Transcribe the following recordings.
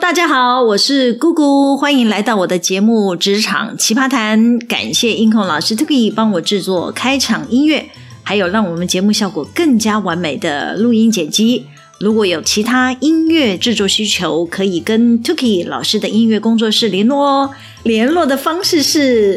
大家好，我是姑姑，欢迎来到我的节目职场奇葩谈。感谢音控老师 Tuki 帮我制作开场音乐，还有让我们节目效果更加完美的录音剪辑。如果有其他音乐制作需求，可以跟 Tuki 老师的音乐工作室联络哦。联络的方式是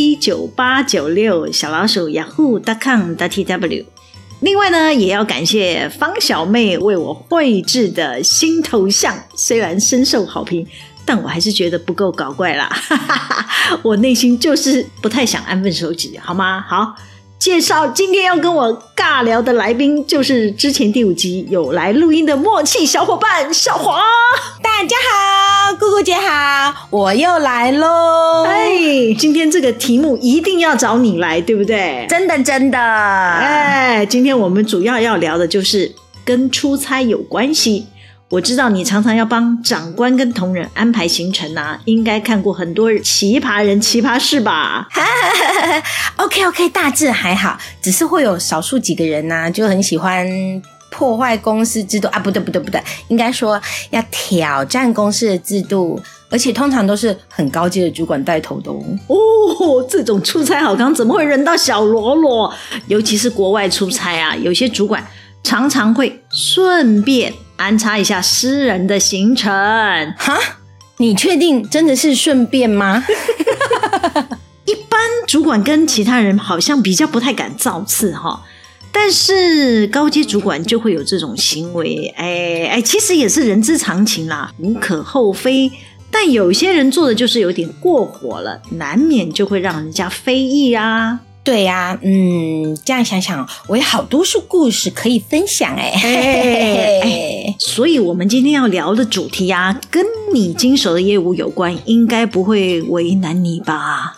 ht9896yahoo.com.tw。另外呢，也要感谢方小妹为我绘制的新头像，虽然深受好评，但我还是觉得不够搞怪啦。我内心就是不太想安分守己，好吗？好，介绍今天要跟我尬聊的来宾，就是之前第5集有来录音的默契小伙伴小华。 大家好，姑姑姐好，我又来咯。 今天这个题目一定要找你来，对不对？ 真的今天我们主要要聊的就是跟出差有关系。我知道你常常要帮长官跟同仁安排行程啊，应该看过很多奇葩人奇葩事吧。 OK， 大致还好，只是会有少数几个人啊，就很喜欢破坏公司制度啊，不对，应该说要挑战公司的制度，而且通常都是很高阶的主管带头的哦。 这种出差好康怎么会轮到小罗罗？尤其是国外出差啊，有些主管常常会顺便安插一下私人的行程。 哈？你确定真的是顺便吗？ 一般主管跟其他人好像比较不太敢造次哈，但是高阶主管就会有这种行为，其实也是人之常情啦，无可厚非。但有些人做的就是有点过火了，难免就会让人家非议啊。 对呀，这样想想，我有好多故事可以分享所以我们今天要聊的主题啊，跟你经手的业务有关，应该不会为难你吧？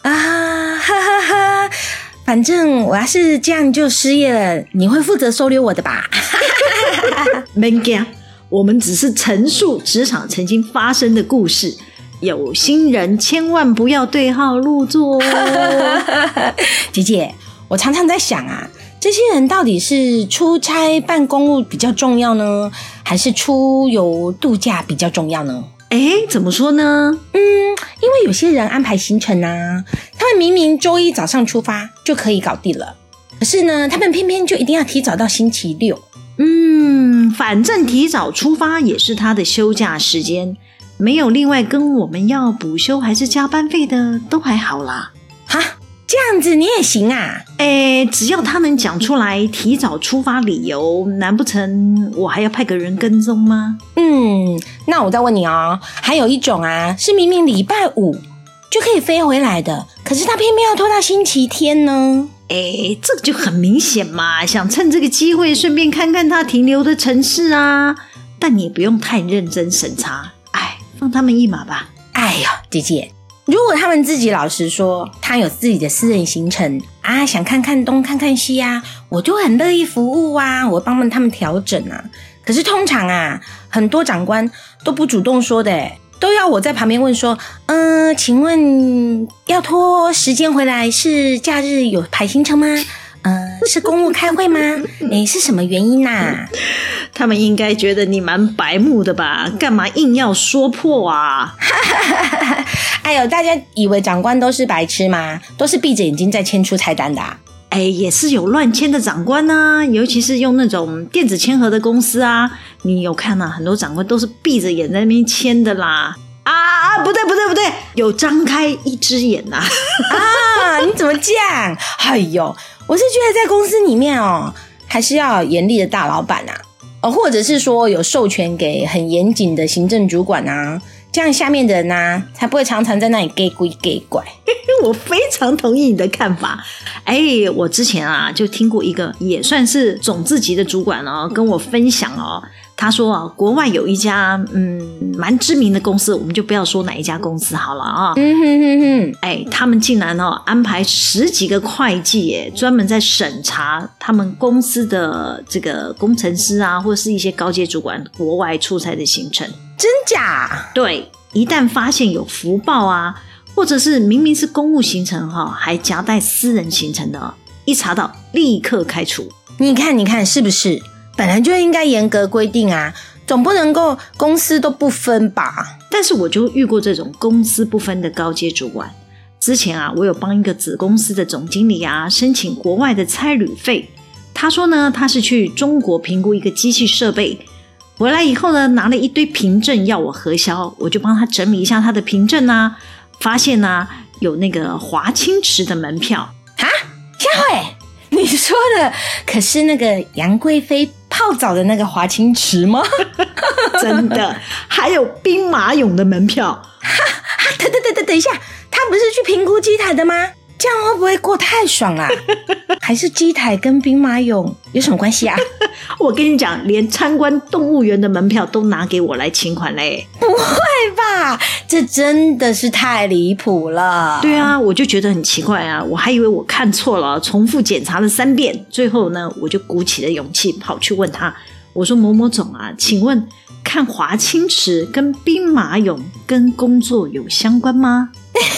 反正我要是这样就失业了，你会负责收留我的吧？ 别怕，我们只是陈述职场曾经发生的故事，有心人千万不要对号入座哦。 姐姐，我常常在想啊，这些人到底是出差办公务比较重要呢，还是出游度假比较重要呢？ 怎么说呢？ 因为有些人安排行程啊，他们明明周一早上出发就可以搞定了，可是呢，他们偏偏就一定要提早到星期六。 反正提早出发也是他的休假时间，没有另外跟我们要补休还是加班费的都还好啦。 哈，这样子你也行啊？ 只要他能讲出来提早出发理由，难不成我还要派个人跟踪吗？ 那我再问你哦，还有一种啊，是明明礼拜5就可以飞回来的，可是他偏偏要拖到星期天呢？ 这个就很明显嘛，想趁这个机会顺便看看他停留的城市啊。但你也不用太认真审查，放他们一马吧。 姐姐，如果他们自己老实说他有自己的私人行程啊，想看看东看看西啊，我就很乐意服务啊，我帮他们调整啊。可是通常啊，很多长官都不主动说的，都要我在旁边问说，请问要拖时间回来是假日有排行程吗？是公务开会吗？是什么原因啊？ 他们应该觉得你蛮白目的吧？干嘛硬要说破啊？ 大家以为长官都是白痴吗？都是闭着眼睛在签出菜单的啊。 也是有乱签的长官啊，尤其是用那种电子签合的公司啊，你有看啊，很多长官都是闭着眼在那边签的啦。不对，有张开一只眼啊。 你怎么这样？我是觉得在公司里面还是要有严厉的大老板啊，或者是说有授权给很严谨的行政主管啊，这样下面的人啊才不会常常在那里给鬼给拐。 我非常同意你的看法。我之前啊就听过一个也算是总自级的主管跟我分享他说国外有一家蛮知名的公司，我们就不要说哪一家公司好了啊。他们竟然安排10几个会计专门在审查他们公司的这个工程师啊，或是一些高阶主管国外出差的行程。 真假？ 对，一旦发现有福报啊，或者是明明是公务行程还夹带私人行程的，一查到立刻开除。 你看是不是？本来就应该严格规定啊， 总不能够公司都不分吧？ 但是我就遇过这种公司不分的高阶主管。之前啊，我有帮一个子公司的总经理啊申请国外的差旅费。他说呢，他是去中国评估一个机器设备，回来以后呢，拿了一堆凭证要我核销，我就帮他整理一下他的凭证啊，发现啊有那个华清池的门票啊，夏慧，你说的可是那个杨贵妃泡澡的那个华清池吗？ 真的，还有兵马俑的门票。 等一下，他不是去评估机台的吗？这样会不会过太爽啊？还是机台跟兵马俑有什么关系啊？ 我跟你讲，连参观动物园的门票都拿给我来请款嘞！ 不会吧？这真的是太离谱了。 对啊，我就觉得很奇怪啊，我还以为我看错了，重复检查了3遍，最后呢，我就鼓起了勇气跑去问他，我说某某总啊，请问看华清池跟兵马俑跟工作有相关吗？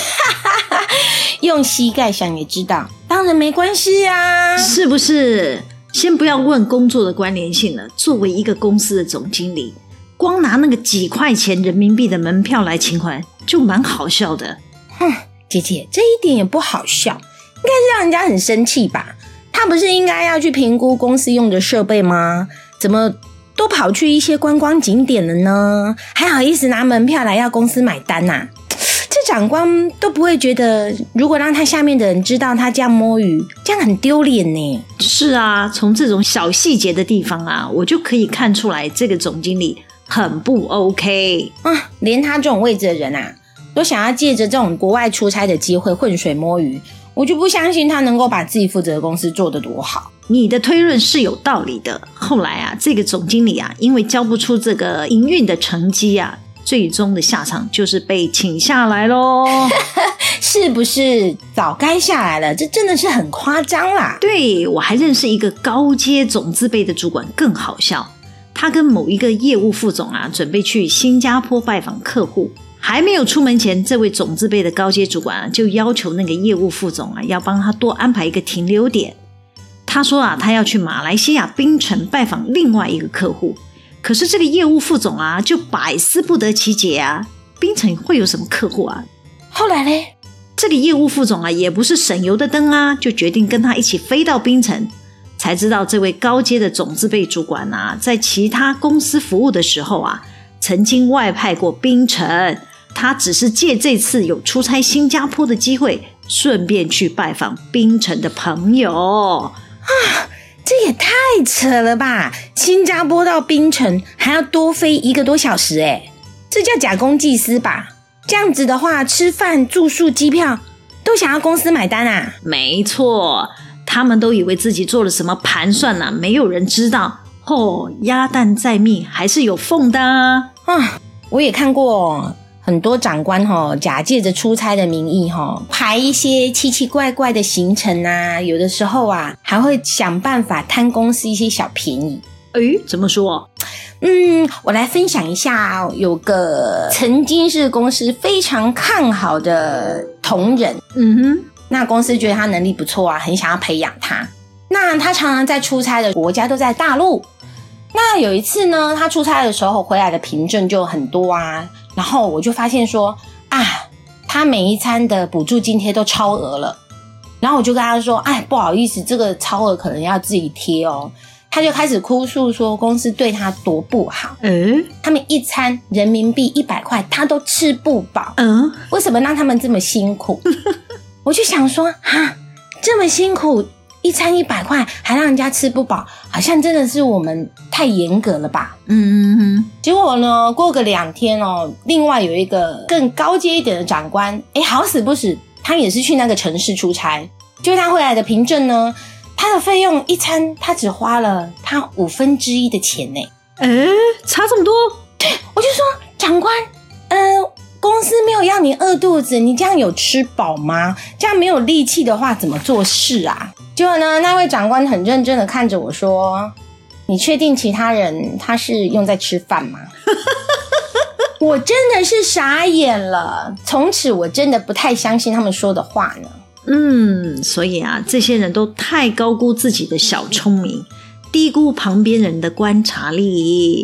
用膝盖想也知道，当然没关系啊， 是不是？先不要问工作的关联性了，作为一个公司的总经理，光拿那个几块钱人民币的门票来请款，就蛮好笑的。 姐姐，这一点也不好笑，应该是让人家很生气吧？他不是应该要去评估公司用的设备吗？怎么都跑去一些观光景点了呢？还好意思拿门票来要公司买单啊？这长官都不会觉得，如果让他下面的人知道他这样摸鱼，这样很丢脸呢。 是啊，从这种小细节的地方啊，我就可以看出来这个总经理很不 OK 啊！连他这种位置的人啊，都想要借着这种国外出差的机会浑水摸鱼，我就不相信他能够把自己负责的公司做得多好。 你的推论是有道理的。后来啊，这个总经理啊，因为交不出这个营运的成绩啊，最终的下场就是被请下来咯。 是不是早该下来了？这真的是很夸张啦。 对，我还认识一个高阶总字辈的主管更好笑，他跟某一个业务副总啊，准备去新加坡拜访客户，还没有出门前，这位总字辈的高阶主管啊，就要求那个业务副总啊，要帮他多安排一个停留点。他说啊，他要去马来西亚槟城拜访另外一个客户，可是这个业务副总啊，就百思不得其解啊，槟城会有什么客户啊？ 后来呢， 这个业务副总啊，也不是省油的灯啊，就决定跟他一起飞到槟城。才知道这位高阶的总字辈主管啊，在其他公司服务的时候啊，曾经外派过槟城，他只是借这次有出差新加坡的机会，顺便去拜访槟城的朋友。 这也太扯了吧！新加坡到槟城还要多飞1个多小时这叫假公济私吧？这样子的话，吃饭、住宿、机票都想要公司买单啊？ 没错，他们都以为自己做了什么盘算啊，没有人知道。鸭蛋在密还是有缝的啊！ 我也看过很多长官假借着出差的名义排一些奇奇怪怪的行程啊，有的时候啊还会想办法贪公司一些小便宜。 怎么说？ 我来分享一下有个曾经是公司非常看好的同仁，那公司觉得他能力不错啊，很想要培养他。那他常常在出差的国家都在大陆。那有一次呢，他出差的时候回来的凭证就很多啊，然后我就发现说他每一餐的补助津贴都超额了，然后我就跟他说不好意思，这个超额可能要自己贴哦。他就开始哭诉说公司对他多不好，他们一餐人民币100块他都吃不饱，为什么让他们这么辛苦？我就想说这么辛苦，一餐100块还让人家吃不饱，好像真的是我们太严格了吧。结果呢，过个2天另外有一个更高阶一点的长官，好死不死他也是去那个城市出差，就他回来的凭证呢，他的费用一餐他只花了他1/5的钱呢。 差这么多？ 对，我就说长官公司没有要你饿肚子，你这样有吃饱吗？这样没有力气的话怎么做事啊？结果呢，那位长官很认真的看着我说，你确定其他人他是用在吃饭吗？我真的是傻眼了，从此我真的不太相信他们说的话呢。 所以啊，这些人都太高估自己的小聪明，低估旁边人的观察力。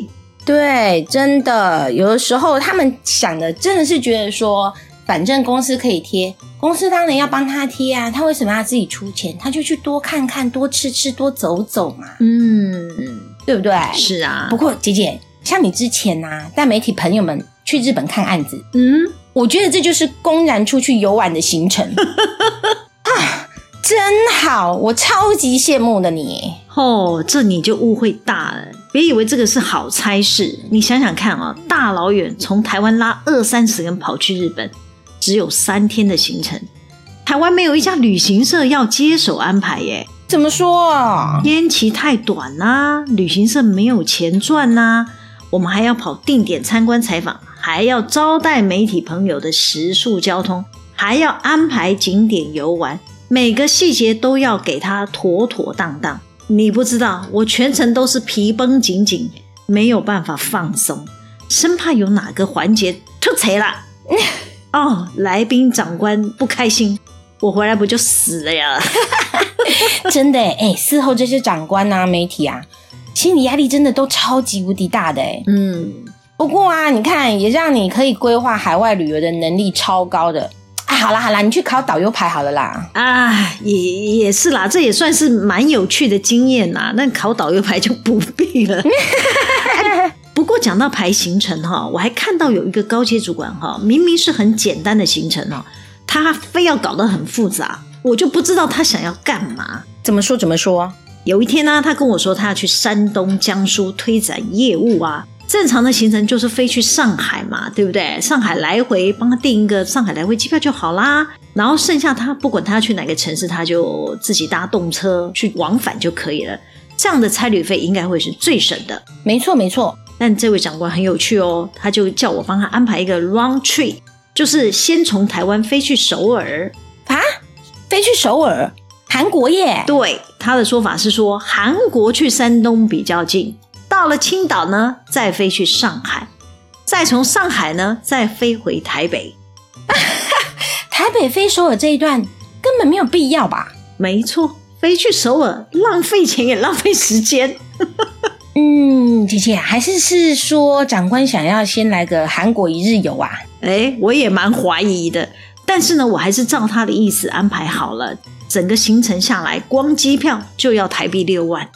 对，真的，有的时候他们想的真的是觉得说，反正公司可以贴，公司当然要帮他贴啊，他为什么要自己出钱？他就去多看看，多吃吃，多走走嘛，对不对？ 是啊。 不过姐姐，像你之前啊，带媒体朋友们去日本看案子，我觉得这就是公然出去游玩的行程啊，真好，我超级羡慕的你。 这你就误会大了，别以为这个是好差事。你想想看啊，大老远从台湾拉20-30人跑去日本，只有3天的行程，台湾没有一家旅行社要接手安排耶。 怎么说啊？ 天期太短啦，旅行社没有钱赚啦，我们还要跑定点参观采访，还要招待媒体朋友的食宿交通，还要安排景点游玩，每个细节都要给他妥妥当当。你不知道，我全程都是皮绷紧紧，没有办法放松，生怕有哪个环节突贼了来宾长官不开心，我回来不就死了呀真的事后这些长官啊媒体啊，心理压力真的都超级无敌大的不过啊，你看也让你可以规划海外旅游的能力超高的好啦，你去考导游牌好了啦。 也是啦，这也算是蛮有趣的经验啦。那考导游牌就不必了。不过讲到排行程我还看到有一个高阶主管明明是很简单的行程他非要搞得很复杂，我就不知道他想要干嘛。 怎么说？ 有一天呢，他跟我说他要去山东、江苏推展业务啊。正常的行程就是飞去上海嘛，对不对？上海来回帮他订一个上海来回机票就好啦，然后剩下他不管他要去哪个城市，他就自己搭动车去往返就可以了。这样的差旅费应该会是最省的。 没错。 但这位长官很有趣他就叫我帮他安排一个 round trip， 就是先从台湾飞去首尔飞去首尔，韩国耶？ 对，他的说法是说韩国去山东比较近，到了青岛呢，再飞去上海，再从上海呢，再飞回台北。 台北飞首尔这一段根本没有必要吧？ 没错，飞去首尔浪费钱也浪费时间。 姐姐，还是说长官想要先来个韩国一日游啊？ 我也蛮怀疑的，但是呢，我还是照他的意思安排好了。整个行程下来，光机票就要台币6万。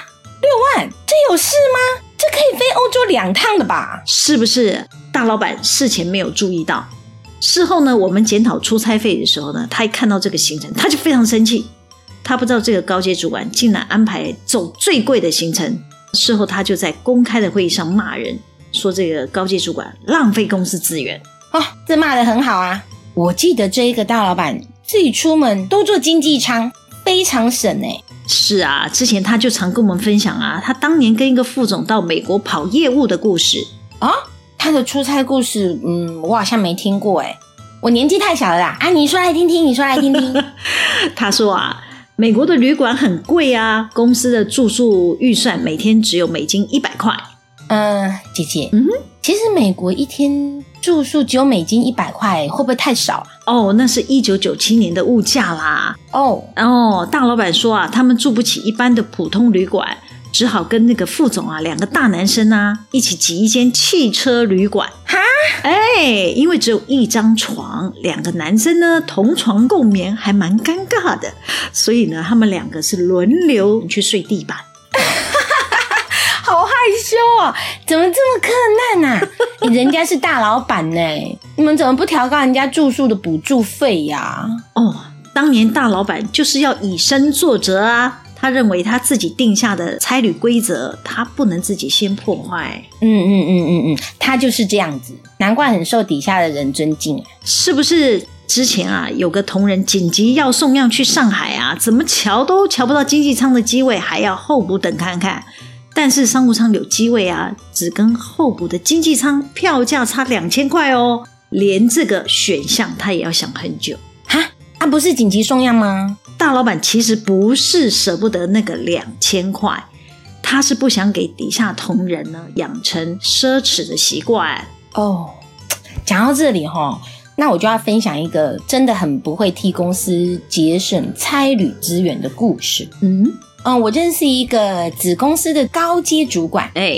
6万？这有事吗？这可以飞欧洲2趟的吧？ 是不是？大老板事前没有注意到，事后呢，我们检讨出差费的时候呢，他一看到这个行程，他就非常生气。他不知道这个高阶主管竟然安排走最贵的行程。事后他就在公开的会议上骂人，说这个高阶主管浪费公司资源。 这骂得很好啊。我记得这一个大老板自己出门都坐经济舱，非常省是啊，之前他就常跟我们分享他当年跟一个副总到美国跑业务的故事他的出差故事我好像没听过我年纪太小了啦你说来听听他说美国的旅馆很贵公司的住宿预算每天只有美金100块。 姐姐其实美国一天住宿只有美金100块，会不会太少那是1997年的物价啦。大老板说他们住不起一般的普通旅馆，只好跟那个副总2个大男生一起挤一间汽车旅馆。因为只有一张床，2个男生呢同床共眠还蛮尴尬的，所以呢他们2个是轮流去睡地板。 好害羞怎么这么克难人家是大老板你们怎么不调高人家住宿的补助费呀？ 当年大老板就是要以身作则他认为他自己定下的差旅规则，他不能自己先破坏。 他就是这样子，难怪很受底下的人尊敬是不是？之前有个同仁紧急要送样去上海怎么瞧都瞧不到经济舱的机位，还要候补等看看。但是商务舱有机位只跟候补的经济舱票价差2000块连这个选项他也要想很久。 不是紧急送样吗？ 大老板其实不是舍不得那个2000块，他是不想给底下同仁呢养成奢侈的习惯。 讲到这里那我就要分享一个真的很不会替公司节省差旅资源的故事。我认识一个子公司的高阶主管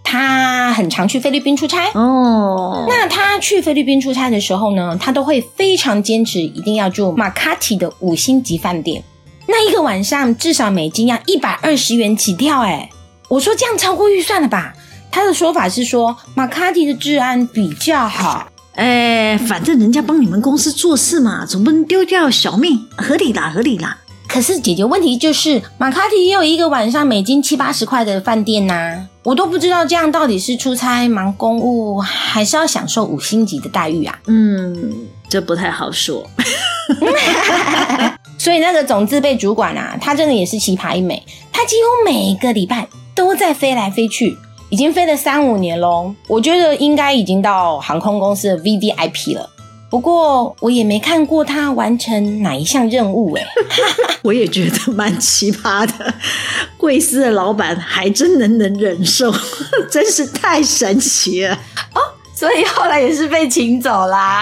他很常去菲律宾出差哦。 那他去菲律宾出差的时候呢，他都会非常坚持一定要住马卡提的5星级饭店，那一个晚上至少美金要120元起跳耶。我说这样超过预算了吧？他的说法是说马卡提的治安比较好。 反正人家帮你们公司做事嘛，总不能丢掉小命，合理啦合理啦。 可是姐姐，问题就是马卡提也有一个晚上美金70-80块的饭店啊，我都不知道这样到底是出差忙公务，还是要享受5星级的待遇啊。 这不太好说。 所以那个总字辈主管啊，他真的也是奇葩一枚，他几乎每个礼拜都在飞来飞去，已经飞了3-5年咯。我觉得应该已经到航空公司的 VVIP 了，不过我也没看过他完成哪一项任务耶。 我也觉得蛮奇葩的，贵司的老板还真能忍受，真是太神奇了哦。所以后来也是被请走啦。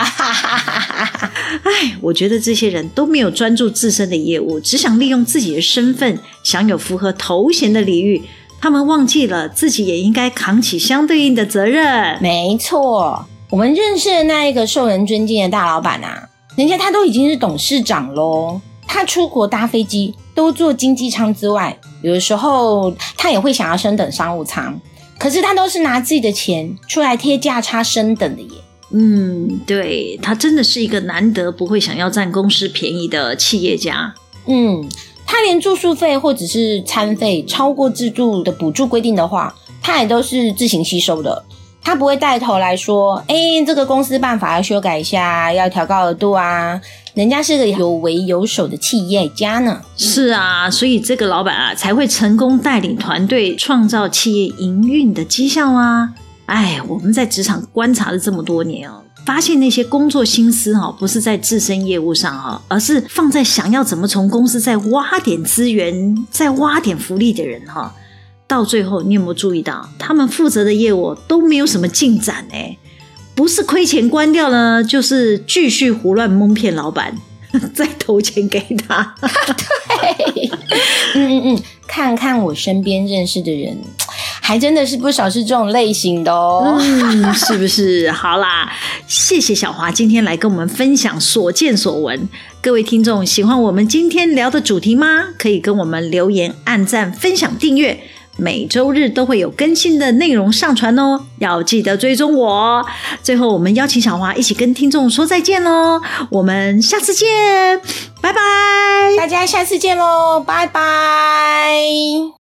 我觉得这些人都没有专注自身的业务，只想利用自己的身份享有符合头衔的礼遇，他们忘记了自己也应该扛起相对应的责任。 没错，我们认识的那一个受人尊敬的大老板啊，人家他都已经是董事长咯，他出国搭飞机都坐经济舱之外，有的时候他也会想要升等商务舱，可是他都是拿自己的钱出来贴价差升等的耶。 对，他真的是一个难得不会想要占公司便宜的企业家。 他连住宿费或者是餐费超过自助的补助规定的话，他也都是自行吸收的，他不会带头来说这个公司办法要修改一下，要调高额度啊，人家是个有为有守的企业家呢。 是啊，所以这个老板啊才会成功带领团队创造企业营运的绩效啊。我们在职场观察了这么多年发现那些工作心思不是在自身业务上而是放在想要怎么从公司再挖点资源，再挖点福利的人到最后你有没有注意到他们负责的业务都没有什么进展不是亏钱关掉了，就是继续胡乱蒙骗老板再投钱给他。 对，看看我身边认识的人，还真的是不少是这种类型的哦。 是不是？好啦，谢谢小华今天来跟我们分享所见所闻。各位听众喜欢我们今天聊的主题吗？可以跟我们留言、按赞、分享、订阅，每周日都会有更新的内容上传哦，要记得追踪我。最后我们邀请小华一起跟听众说再见咯，我们下次见，拜拜， 大家下次见咯，拜拜。